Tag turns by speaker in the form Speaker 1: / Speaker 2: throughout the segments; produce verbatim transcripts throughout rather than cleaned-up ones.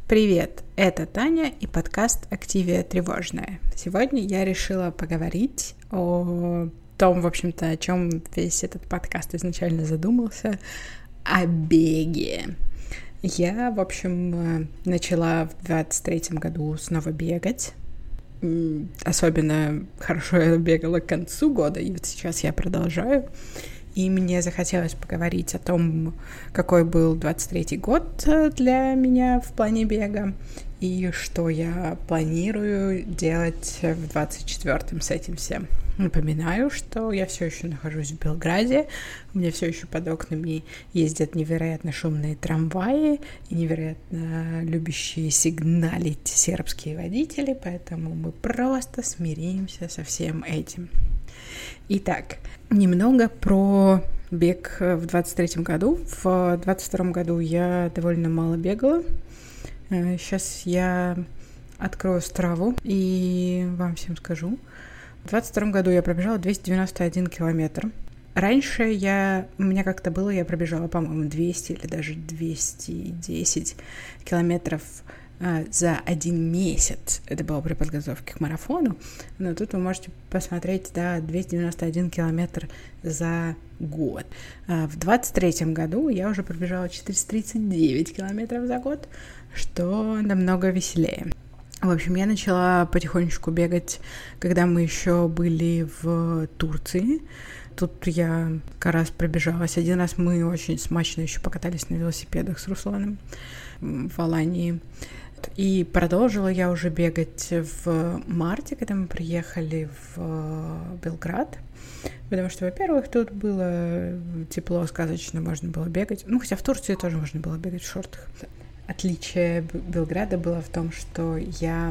Speaker 1: Привет, это Таня и подкаст «Активия тревожная». Сегодня я решила поговорить о том, в общем-то, о чем весь этот подкаст изначально задумался, о беге. Я, в общем, начала в двадцать третьем году снова бегать. Особенно хорошо я бегала к концу года, и вот сейчас я продолжаю. И мне захотелось поговорить о том, какой был двадцать третий год для меня в плане бега, и что я планирую делать в двадцать четвёртом с этим всем. Напоминаю, что я все еще нахожусь в Белграде, у меня все еще под окнами ездят невероятно шумные трамваи и невероятно любящие сигналить сербские водители, поэтому мы просто смиримся со всем этим. Итак, немного про бег в двадцать третьем году. В двадцать втором году я довольно мало бегала. Сейчас я открою Страву и вам всем скажу. В двадцать втором году я пробежала двести девяносто один километр. Раньше я, у меня как-то было, я пробежала, по-моему, двести или даже двести десять километров за один месяц. Это было при подготовке к марафону. Но тут вы можете посмотреть, да, двести девяносто один километр за год. В двадцать третьем году я уже пробежала четыреста тридцать девять километров за год, что намного веселее. В общем, я начала потихонечку бегать, когда мы еще были в Турции. Тут я как раз пробежалась. Один раз мы очень смачно еще покатались на велосипедах с Русланом в Алании. И продолжила я уже бегать в марте, когда мы приехали в Белград, потому что, во-первых, тут было тепло, сказочно, можно было бегать. Ну, хотя в Турции тоже можно было бегать в шортах. Отличие Белграда было в том, что я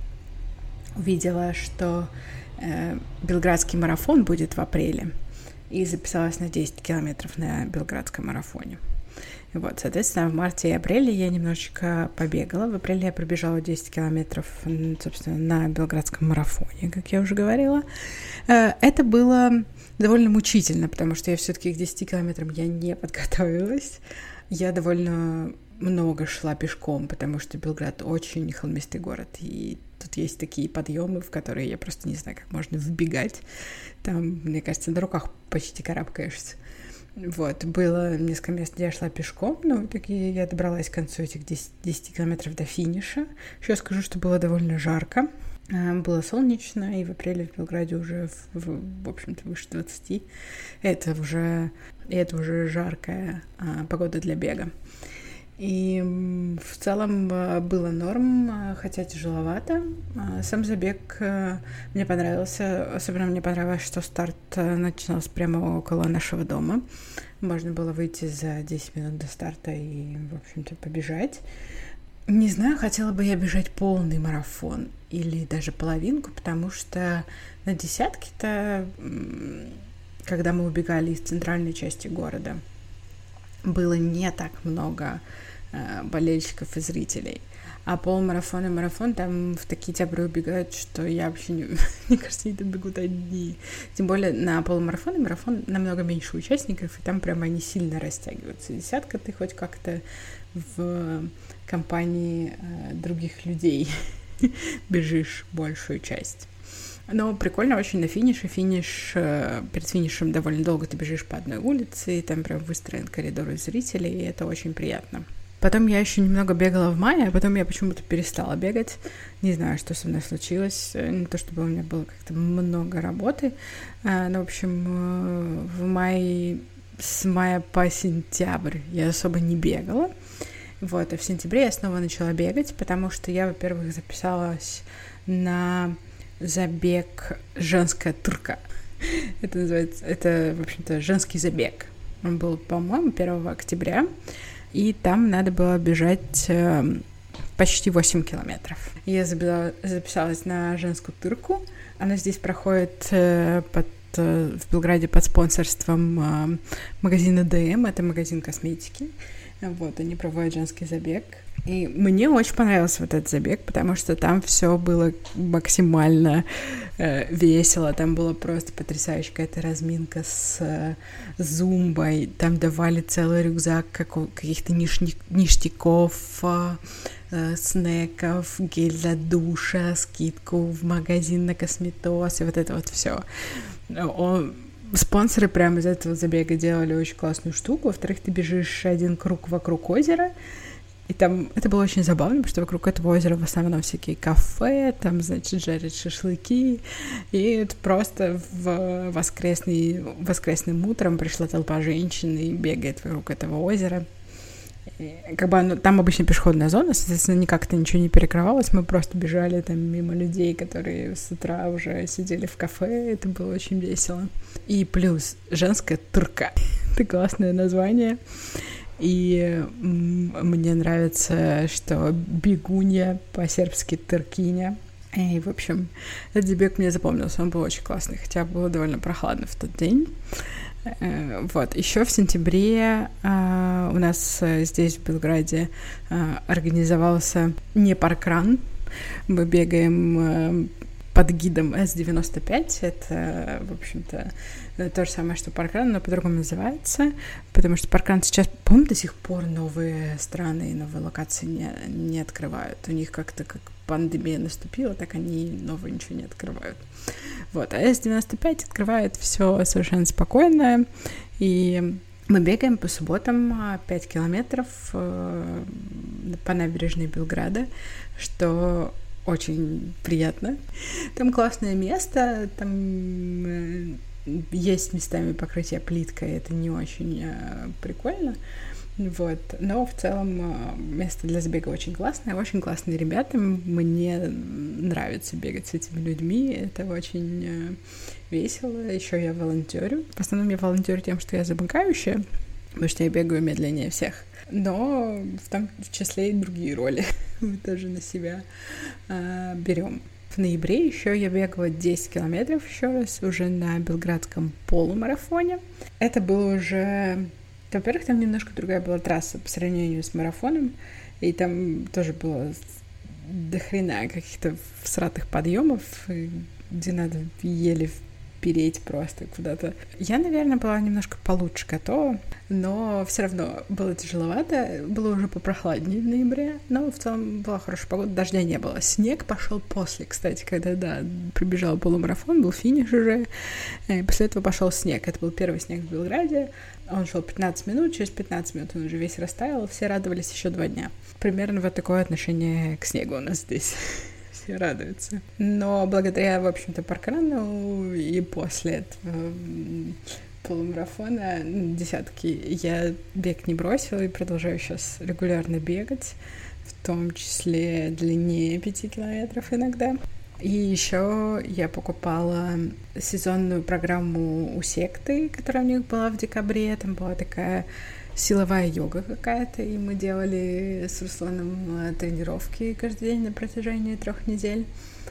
Speaker 1: увидела, что э, Белградский марафон будет в апреле, и записалась на десять километров на Белградском марафоне. Вот, соответственно, в марте и апреле я немножечко побегала. В апреле я пробежала десять километров, собственно, на Белградском марафоне, как я уже говорила. Это было довольно мучительно, потому что я все-таки к десяти километрам я не подготовилась. Я довольно много шла пешком, потому что Белград очень холмистый город, и тут есть такие подъемы, в которые я просто не знаю, как можно вбегать. Там, мне кажется, на руках почти карабкаешься. Вот, было несколько мест, где я шла пешком, но в итоге я добралась к концу этих десяти километров до финиша. Еще скажу, что было довольно жарко, было солнечно, и в апреле в Белграде уже, в, в общем-то, выше двадцати. Это уже, это уже жаркая а, погода для бега. И в целом было норм, хотя тяжеловато. Сам забег мне понравился. Особенно мне понравилось, что старт начинался прямо около нашего дома. Можно было выйти за десять минут до старта и, в общем-то, побежать. Не знаю, хотела бы я бежать полный марафон или даже половинку, потому что на десятке-то, когда мы убегали из центральной части города, было не так много э, болельщиков и зрителей. А полумарафон и марафон там в такие тябры убегают, что я вообще не... Мне кажется, они там бегут одни. Тем более на полумарафон и марафон намного меньше участников, и там прямо они сильно растягиваются. Десятка ты хоть как-то в компании э, других людей бежишь большую часть. Но прикольно очень на финише. Финиш, перед финишем довольно долго ты бежишь по одной улице, и там прям выстроен коридор из зрителей, и это очень приятно. Потом я еще немного бегала в мае, а потом я почему-то перестала бегать. Не знаю, что со мной случилось. Не то, чтобы у меня было как-то много работы. Но, в общем, в мае, с мая по сентябрь я особо не бегала. Вот, а в сентябре я снова начала бегать, потому что я, во-первых, записалась на забег «Женская турка». Это называется, это, в общем-то, женский забег. Он был, по-моему, первого октября, и там надо было бежать э, почти восемь километров. Я записалась на женскую турку. Она здесь проходит э, под, э, в Белграде под спонсорством э, магазина ди эм, это магазин косметики. Вот, они проводят женский забег. И мне очень понравился вот этот забег, потому что там все было максимально э, весело, там была просто потрясающая какая-то разминка с э, зумбой, там давали целый рюкзак каких-то ниш- ништяков, э, э, снеков, гель для душа, скидку в магазин на косметоз и вот это вот все. Спонсоры прямо из этого забега делали очень классную штуку. Во-вторых, ты бежишь один круг вокруг озера, и там это было очень забавно, потому что вокруг этого озера в основном всякие кафе, там, значит, жарят шашлыки, и это просто в воскресный, воскресным утром пришла толпа женщин и бегает вокруг этого озера. И как бы оно, там обычно пешеходная зона, соответственно, никак-то ничего не перекрывалось, мы просто бежали там мимо людей, которые с утра уже сидели в кафе, это было очень весело. И плюс женская тырка, это классное название. И мне нравится, что бегунья по-сербски тыркиня. И, в общем, этот забег мне запомнился, он был очень классный, хотя было довольно прохладно в тот день. Вот, еще в сентябре у нас здесь, в Белграде, организовался не паркран. Мы бегаем под гидом эс девяносто пять. Это, в общем-то, то же самое, что паркран, но по-другому называется, потому что паркран сейчас, по-моему, до сих пор новые страны и новые локации не, не открывают. У них как-то как пандемия наступила, так они новые ничего не открывают. Вот, а эс девяносто пять открывает все совершенно спокойно, и мы бегаем по субботам пять километров по набережной Белграда, что очень приятно. Там классное место, там есть местами покрытие плиткой, это не очень прикольно, вот, но в целом место для забега очень классное, очень классные ребята, мне нравится бегать с этими людьми, это очень весело, еще я волонтерю, в основном я волонтерю тем, что я замыкающая, потому что я бегаю медленнее всех, но в том числе и другие роли мы тоже на себя э, берем. В ноябре еще я бегала десять километров еще раз, уже на белградском полумарафоне. Это было уже... Во-первых, там немножко другая была трасса по сравнению с марафоном, и там тоже было дохрена каких-то всратых подъемов, где надо еле переть просто куда-то. Я, наверное, была немножко получше готова, но все равно было тяжеловато, было уже попрохладнее в ноябре, но в целом была хорошая погода, дождя не было. Снег пошел после, кстати, когда, да, прибежал полумарафон, был финиш уже, и после этого пошел снег. Это был первый снег в Белграде, он шел пятнадцать минут, через пятнадцать минут он уже весь растаял, все радовались еще два дня. Примерно вот такое отношение к снегу у нас здесь. Все радуются. Но благодаря, в общем-то, паркрану и после этого полумарафона десятки я бег не бросила и продолжаю сейчас регулярно бегать, в том числе длиннее пяти километров иногда. И еще я покупала сезонную программу у секты, которая у них была в декабре. Там была такая силовая йога какая-то, и мы делали с Русланом тренировки каждый день на протяжении трех недель.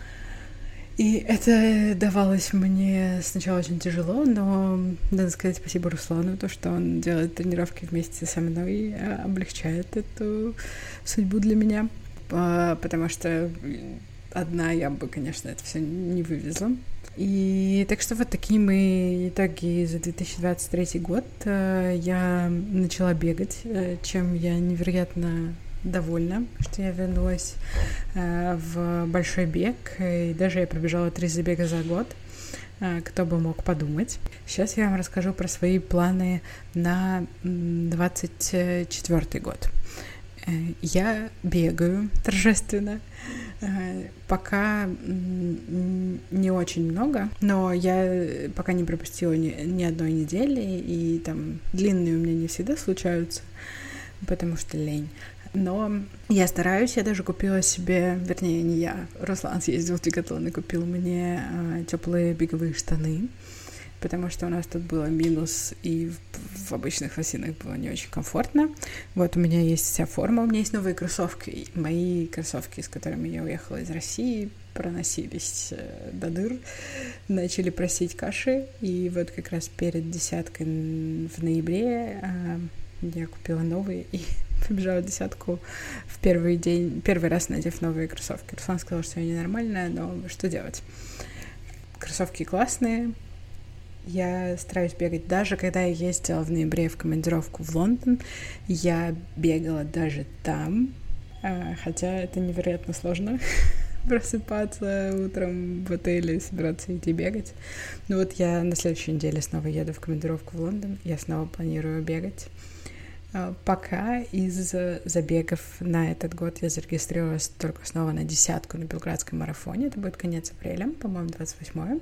Speaker 1: И это давалось мне сначала очень тяжело, но надо сказать спасибо Руслану, то, что он делает тренировки вместе со мной, облегчает эту судьбу для меня, потому что одна я бы, конечно, это все не вывезла. И так что вот такие мы итоги за две тысячи двадцать третий год. Я начала бегать, чем я невероятно довольна, что я вернулась в большой бег, и даже я пробежала три забега за год. Кто бы мог подумать. Сейчас я вам расскажу про свои планы на двадцать четвёртый год. Я бегаю торжественно, пока не очень много, но я пока не пропустила ни, ни одной недели, и там длинные у меня не всегда случаются, потому что лень. Но я стараюсь, я даже купила себе, вернее, не я, Руслан съездил в Декатлон и купил мне теплые беговые штаны, потому что у нас тут было минус, и в, в обычных лосинах было не очень комфортно. Вот у меня есть вся форма, у меня есть новые кроссовки. Мои кроссовки, с которыми я уехала из России, проносились до дыр, начали просить каши, и вот как раз перед десяткой в ноябре я купила новые, и побежала десятку в первый день, первый раз надев новые кроссовки. Руслан сказал, что я ненормальная, но что делать? Кроссовки классные. Я стараюсь бегать. Даже когда я ездила в ноябре в командировку в Лондон, я бегала даже там, хотя это невероятно сложно. Просыпаться утром в отеле и собираться идти бегать. Ну вот я на следующей неделе снова еду в командировку в Лондон. Я снова планирую бегать. Пока из забегов на этот год я зарегистрировалась только снова на десятку на Белградском марафоне. Это будет конец апреля, по-моему, двадцать восьмое.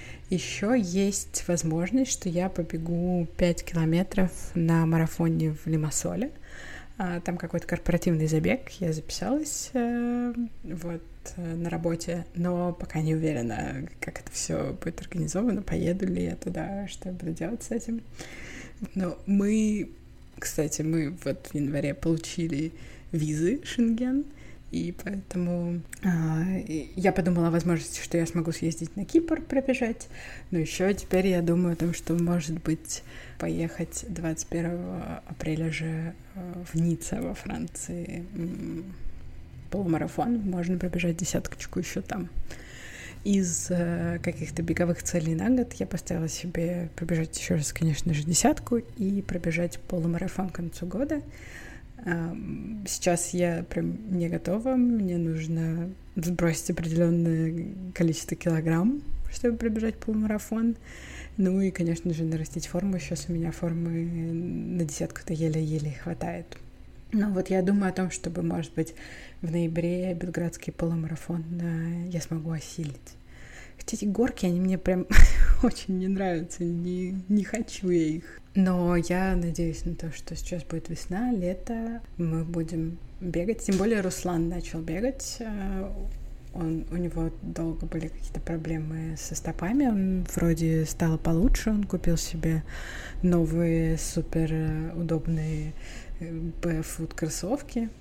Speaker 1: Еще есть возможность, что я побегу пять километров на марафоне в Лимассоле. Там какой-то корпоративный забег, я записалась э, вот на работе, но пока не уверена, как это все будет организовано, поеду ли я туда, что я буду делать с этим. Но мы, кстати, мы вот в январе получили визы Шенген, и поэтому э, я подумала о возможности, что я смогу съездить на Кипр, пробежать, но еще теперь я думаю о том, что, может быть, поехать двадцать первого апреля же в Ницце во Франции. Полумарафон, можно пробежать десяточку еще там. Из э, каких-то беговых целей на год я поставила себе пробежать еще раз, конечно же, десятку и пробежать полумарафон к концу года. Э, сейчас я прям не готова, мне нужно сбросить определенное количество килограмм, чтобы пробежать полумарафон. Ну и, конечно же, нарастить форму. Сейчас у меня формы на десятку-то еле-еле хватает. Но вот я думаю о том, чтобы, может быть, в ноябре белградский полумарафон я смогу осилить. Хотя эти горки, они мне прям очень не нравятся, не, не хочу я их. Но я надеюсь на то, что сейчас будет весна, лето, мы будем бегать. Тем более Руслан начал бегать. Он, у него долго были какие-то проблемы со стопами, он вроде стало получше, он купил себе новые супер удобные Barefoot кроссовки,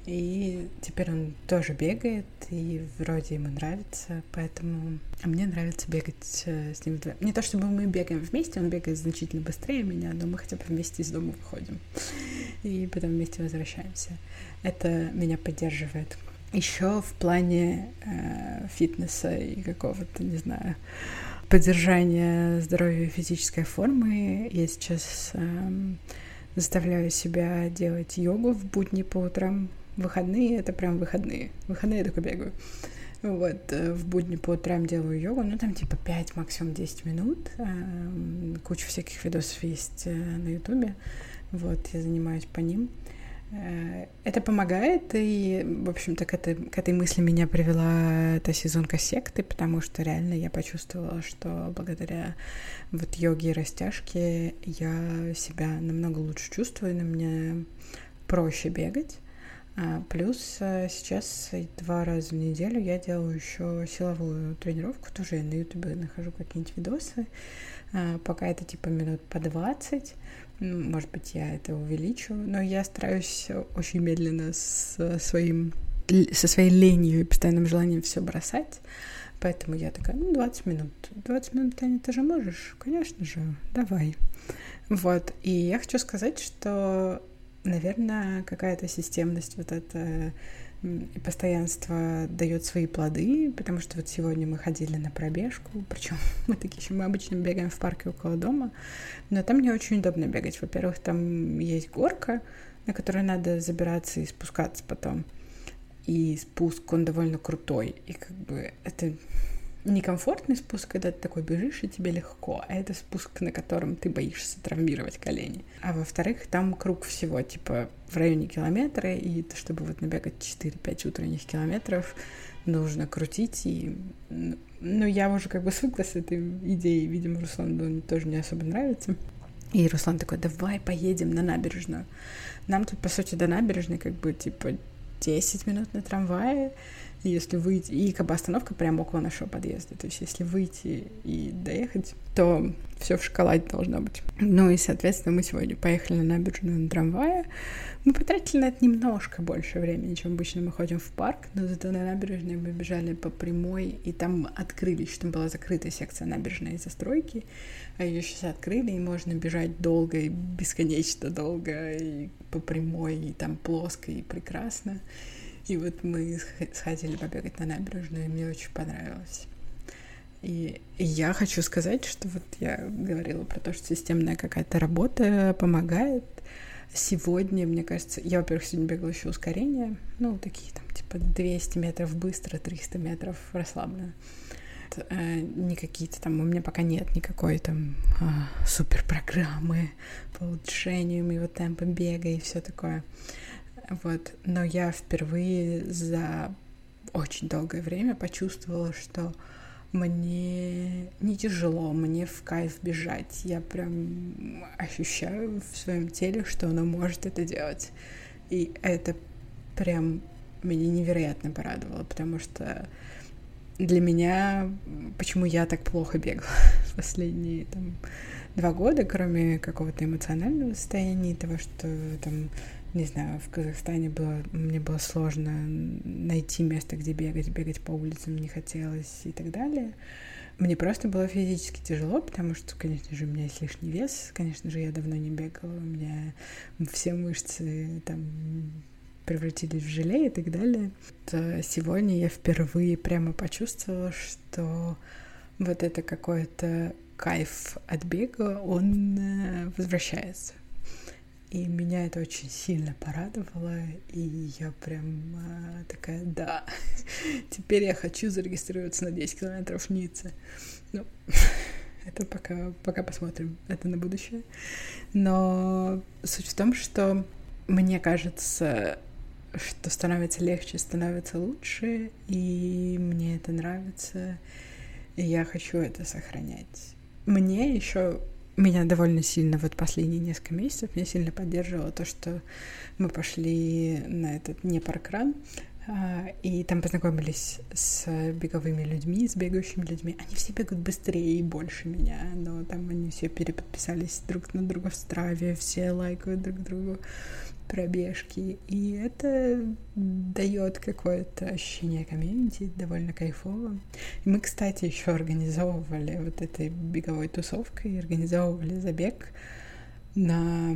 Speaker 1: и теперь он тоже бегает, и вроде ему нравится, поэтому... А мне нравится бегать с ним вдвоем. Не то чтобы мы бегаем вместе, он бегает значительно быстрее меня, но мы хотя бы вместе из дома выходим, и потом вместе возвращаемся. Это меня поддерживает. Еще в плане э, фитнеса и какого-то, не знаю, поддержания здоровья и физической формы я сейчас э, заставляю себя делать йогу в будни по утрам. Выходные — это прям выходные. Выходные я только бегаю. Вот, э, в будни по утрам делаю йогу, ну там типа пять, максимум десять минут. Э, куча всяких видосов есть э, на ютубе. Вот, я занимаюсь по ним. Это помогает, и, в общем-то, к этой, к этой мысли меня привела эта сезонка секты, потому что реально я почувствовала, что благодаря вот йоге и растяжке я себя намного лучше чувствую, на мне проще бегать. А плюс сейчас два раза в неделю я делаю еще силовую тренировку, тоже я на ютубе нахожу какие-нибудь видосы, пока это типа минут по двадцать. Может быть, я это увеличу, но я стараюсь очень медленно со, своим, со своей ленью и постоянным желанием все бросать. Поэтому я такая, ну, двадцать минут. двадцать минут, Таня, ты же можешь? Конечно же, давай. Вот, и я хочу сказать, что, наверное, какая-то системность вот эта и постоянство дает свои плоды, потому что вот сегодня мы ходили на пробежку, причем мы такие еще, мы обычно бегаем в парке около дома, но там не очень удобно бегать. Во-первых, там есть горка, на которой надо забираться и спускаться потом, и спуск, он довольно крутой, и как бы это некомфортный спуск, когда ты такой бежишь, и тебе легко, а это спуск, на котором ты боишься травмировать колени. А во-вторых, там круг всего, типа, в районе километра, и чтобы вот набегать четыре-пять утренних километров, нужно крутить, и... Ну, я уже как бы свыкла с этой идеей, видимо, Руслану тоже не особо нравится. И Руслан такой, давай поедем на набережную. Нам тут, по сути, до набережной как бы, типа, десять минут на трамвае, Если выйти... И как бы остановка прямо около нашего подъезда. То есть если выйти и доехать, то все в шоколаде должно быть. Ну и, соответственно, мы сегодня поехали на набережную на трамвае. Мы потратили на это немножко больше времени, чем обычно мы ходим в парк, но зато на набережной мы бежали по прямой, и там открылись, что там была закрытая секция набережной из-за стройки, а ее сейчас открыли, и можно бежать долго, и бесконечно долго, и по прямой, и там плоско, и прекрасно. И вот мы сходили побегать на набережную, и мне очень понравилось. И я хочу сказать, что вот я говорила про то, что системная какая-то работа помогает. Сегодня, мне кажется, я, во-первых, сегодня бегала еще ускорение, ну, такие там, типа, двести метров быстро, триста метров расслабленно. Не какие-то там, у меня пока нет никакой там а, супер программы по улучшению моего темпа бега и все такое. Вот, но я впервые за очень долгое время почувствовала, что мне не тяжело, мне в кайф бежать. Я прям ощущаю в своем теле, что оно может это делать. И это прям меня невероятно порадовало, потому что для меня, почему я так плохо бегала в последние там, два года, кроме какого-то эмоционального состояния, того, что там, не знаю, в Казахстане было, мне было сложно найти место, где бегать, бегать по улицам не хотелось и так далее. Мне просто было физически тяжело, потому что, конечно же, у меня есть лишний вес, конечно же, я давно не бегала, у меня все мышцы там превратились в желе и так далее. То сегодня я впервые прямо почувствовала, что вот это какой-то кайф от бега, он возвращается. И меня это очень сильно порадовало, и я прям а, такая, да, теперь я хочу зарегистрироваться на десять километров в Ницце. Ну, это пока, пока посмотрим, это на будущее. Но суть в том, что мне кажется, что становится легче, становится лучше, и мне это нравится, и я хочу это сохранять. Мне еще... Меня довольно сильно вот последние несколько месяцев меня сильно поддерживало то, что мы пошли на этот непаркран, и там познакомились с беговыми людьми, с бегающими людьми. Они все бегают быстрее и больше меня, но там они все переподписались друг на друга в Страве, все лайкают друг другу пробежки, и это дает какое-то ощущение комьюнити, довольно кайфово. И мы, кстати, еще организовывали вот этой беговой тусовкой, организовывали забег на...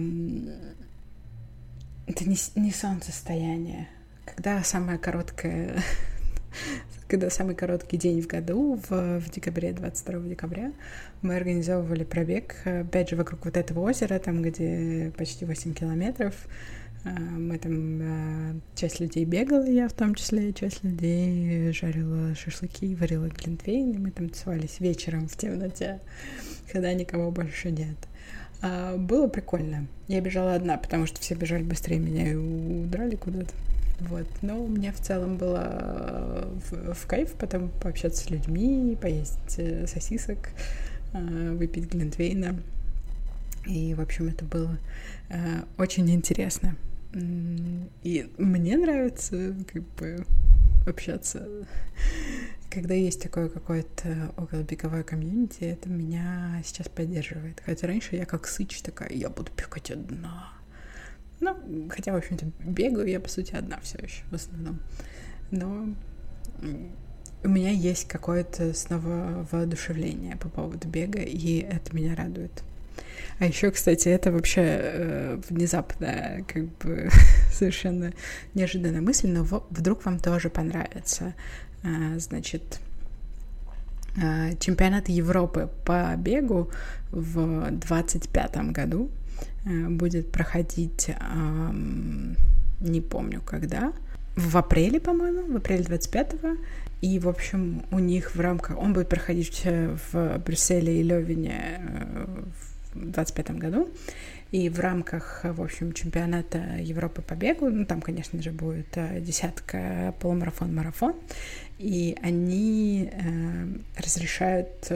Speaker 1: Это не, не солнцестояние, когда самая короткая... Когда самый короткий день в году, в, в декабре, двадцать второго декабря, мы организовывали пробег, опять же, вокруг вот этого озера, там, где почти восемь километров. Мы там, часть людей бегала, я в том числе, часть людей жарила шашлыки, варила глинтвейн, и мы там тусовались вечером в темноте, когда никого больше нет. Было прикольно. Я бежала одна, потому что все бежали быстрее меня и удрали куда-то. Вот. Но мне в целом было в, в кайф потом пообщаться с людьми, поесть сосисок, выпить глинтвейна. И, в общем, это было очень интересно. И мне нравится как бы общаться, когда есть такое какое-то околобеговое комьюнити, это меня сейчас поддерживает. Хотя раньше я как сыч такая, я буду бегать одна. Ну, хотя, в общем-то, бегаю я, по сути, одна все еще в основном. Но у меня есть какое-то снова воодушевление по поводу бега, и это меня радует. А еще, кстати, это вообще э, внезапно, как бы совершенно неожиданная мысль, но в- вдруг вам тоже понравится. А, значит, а, чемпионат Европы по бегу в двадцать пятом году а, будет проходить, а, не помню когда, в апреле, по-моему, в апреле двадцать пятого. И, в общем, у них в рамках... Он будет проходить в Брюсселе и Лёвене в двадцать пятом году. И в рамках, в общем, чемпионата Европы по бегу, ну, там, конечно же, будет десятка, полумарафон, марафон. И они э, разрешают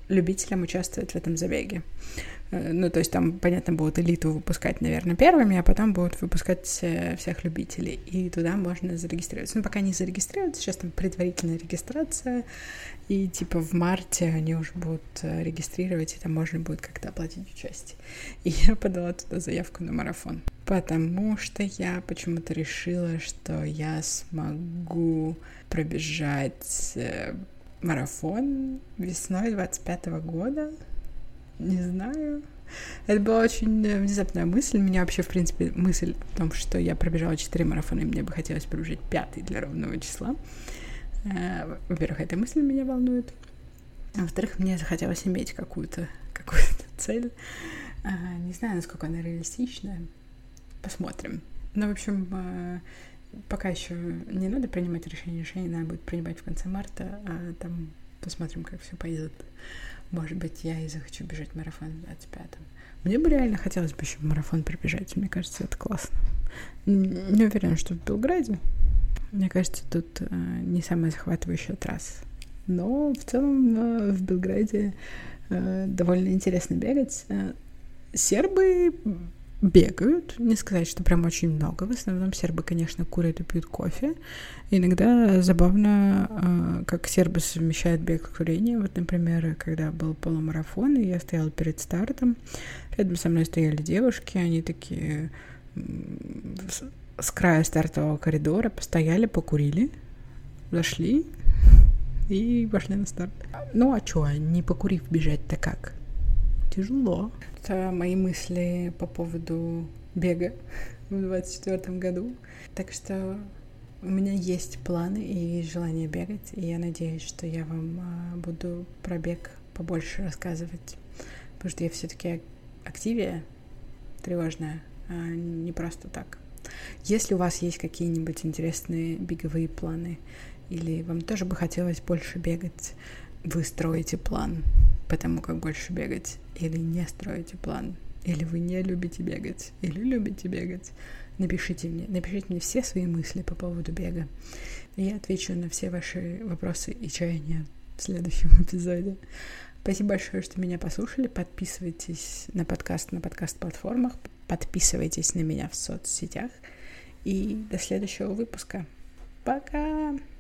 Speaker 1: любителям участвовать в этом забеге. Ну, то есть там, понятно, будут элиту выпускать, наверное, первыми, а потом будут выпускать всех любителей. И туда можно зарегистрироваться. Ну, пока не зарегистрироваться, сейчас там предварительная регистрация, и типа в марте они уже будут регистрировать, и там можно будет как-то оплатить участие. И я подала туда заявку на марафон, потому что я почему-то решила, что я смогу пробежать марафон весной двадцать пятого года. Не знаю. Это была очень внезапная мысль. У меня вообще, в принципе, мысль в том, что я пробежала четыре марафона, и мне бы хотелось пробежать пятый для ровного числа. Во-первых, эта мысль меня волнует. А во-вторых, мне захотелось иметь какую-то, какую-то цель. Не знаю, насколько она реалистичная. Посмотрим. Но, в общем, пока еще не надо принимать решение. Решение надо будет принимать в конце марта, а там посмотрим, как все пойдет. Может быть, я и захочу бежать марафон в двадцать пятом. Мне бы реально хотелось бы еще марафон пробежать. Мне кажется, это классно. Не уверена, что в Белграде. Мне кажется, тут э, не самая захватывающая трасса. Но в целом э, в Белграде э, довольно интересно бегать. Э, сербы бегают. Не сказать, что прям очень много. В основном сербы, конечно, курят и пьют кофе. Иногда забавно, э, как сербы совмещают бег и курение. Вот, например, когда был полумарафон, и я стояла перед стартом, рядом со мной стояли девушки, они такие э, с, с края стартового коридора постояли, покурили, зашли и пошли на старт. Ну а чё, не покурив бежать-то как? Тяжело. Это мои мысли по поводу бега в двадцать четвёртом году. Так что у меня есть планы и желание бегать, и я надеюсь, что я вам а, буду про бег побольше рассказывать, потому что я все-таки активия тревожная, а не просто так. Если у вас есть какие-нибудь интересные беговые планы, или вам тоже бы хотелось больше бегать, вы строите план по тому, как больше бегать, или не строите план, или вы не любите бегать, или любите бегать, напишите мне, напишите мне все свои мысли по поводу бега. И я отвечу на все ваши вопросы и чаяния в следующем эпизоде. Спасибо большое, что меня послушали. Подписывайтесь на подкаст на подкаст-платформах, подписывайтесь на меня в соцсетях. И до следующего выпуска. Пока!